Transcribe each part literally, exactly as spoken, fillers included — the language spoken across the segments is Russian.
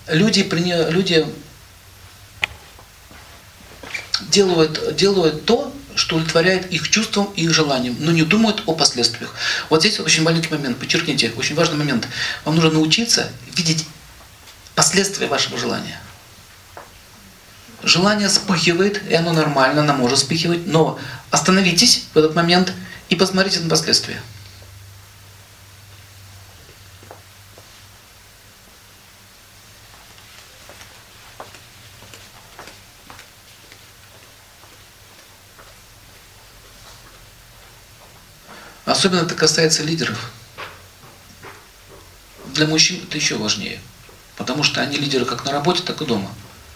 люди, люди делают, делают то, что удовлетворяет их чувствам и их желаниям, но не думают о последствиях. Вот здесь очень маленький момент, подчеркните, очень важный момент. Вам нужно научиться видеть последствия вашего желания. Желание вспыхивает, и оно нормально, оно может вспыхивать, но остановитесь в этот момент и посмотрите на последствия. Особенно это касается лидеров. Для мужчин это еще важнее, потому что они лидеры как на работе, так и дома.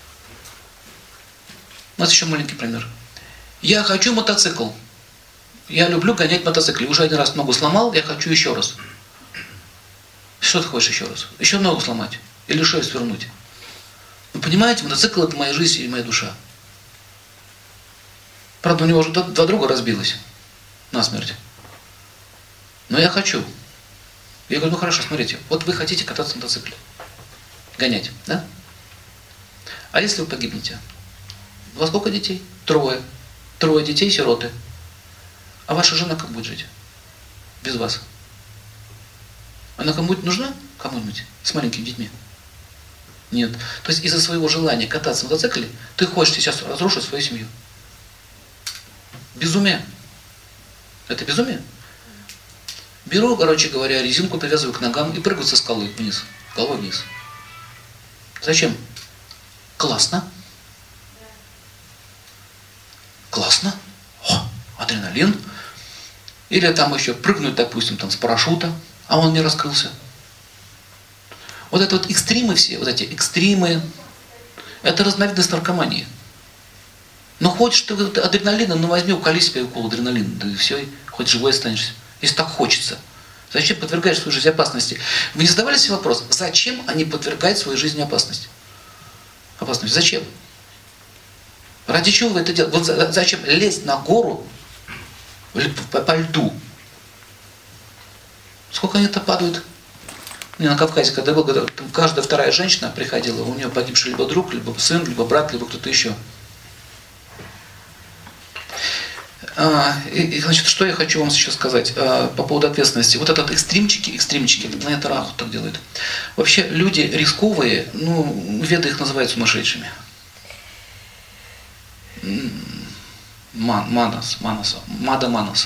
У нас еще маленький пример. Я хочу мотоцикл. Я люблю гонять мотоцикл. Уже один раз ногу сломал, я хочу еще раз. Что ты хочешь еще раз? Еще ногу сломать? Или шею свернуть? Вы понимаете, мотоцикл это моя жизнь и моя душа. Правда, у него уже два друга разбилось насмерть. Но я хочу. Я говорю, ну хорошо, смотрите, вот вы хотите кататься на мотоцикле. Гонять, да? А если вы погибнете? У вас сколько детей? Трое. Трое детей, сироты. А ваша жена как будет жить? Без вас. Она кому-нибудь нужна? Кому-нибудь? С маленькими детьми? Нет. То есть из-за своего желания кататься на мотоцикле, ты хочешь сейчас разрушить свою семью. Безумие. Это безумие? Беру, короче говоря, резинку, привязываю к ногам и прыгаю со скалы вниз. Головой вниз. Зачем? Классно. Классно. О, адреналин. Или там еще прыгнуть, допустим, там с парашюта, а он не раскрылся. Вот это вот экстримы все, вот эти экстримы, это разновидность наркомании. Ну хочешь ты адреналина, ну возьми, уколи себе укол адреналина, да и все, и хоть живой останешься. Если так хочется. Зачем подвергаешь свою жизнь опасности? Вы не задавали себе вопрос, зачем они подвергают свою жизнь опасности? Опасности. Зачем? Ради чего вы это делаете? Вот зачем лезть на гору по, по льду? Сколько они-то падают? Не, на Кавказе, когда был, когда каждая вторая женщина приходила, у нее погибший либо друг, либо сын, либо брат, либо кто-то еще. А, и, и, значит, что я хочу вам сейчас сказать а, по поводу ответственности. Вот этот экстримчики, экстримчики, на это Раху так делают. Вообще люди рисковые, ну, веды их называют сумасшедшими. Ман, манас, манаса, мада манаса.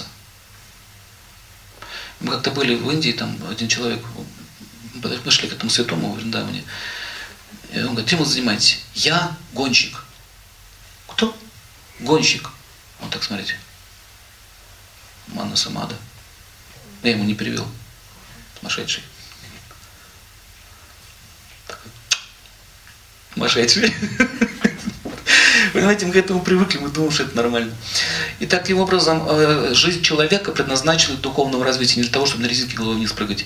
Мы как-то были в Индии, там один человек, мы шли к этому святому в Вриндаване, и он говорит, чем вы занимаетесь? Я гонщик. Кто? Гонщик. Вот так смотрите. Манаса мада. Я ему не перевел. Сумасшедший. Сумасшедший. Понимаете, мы к этому привыкли, мы думаем, что это нормально. И таким образом, жизнь человека предназначена к духовному развитию, не для того, чтобы на резинке головой вниз прыгать.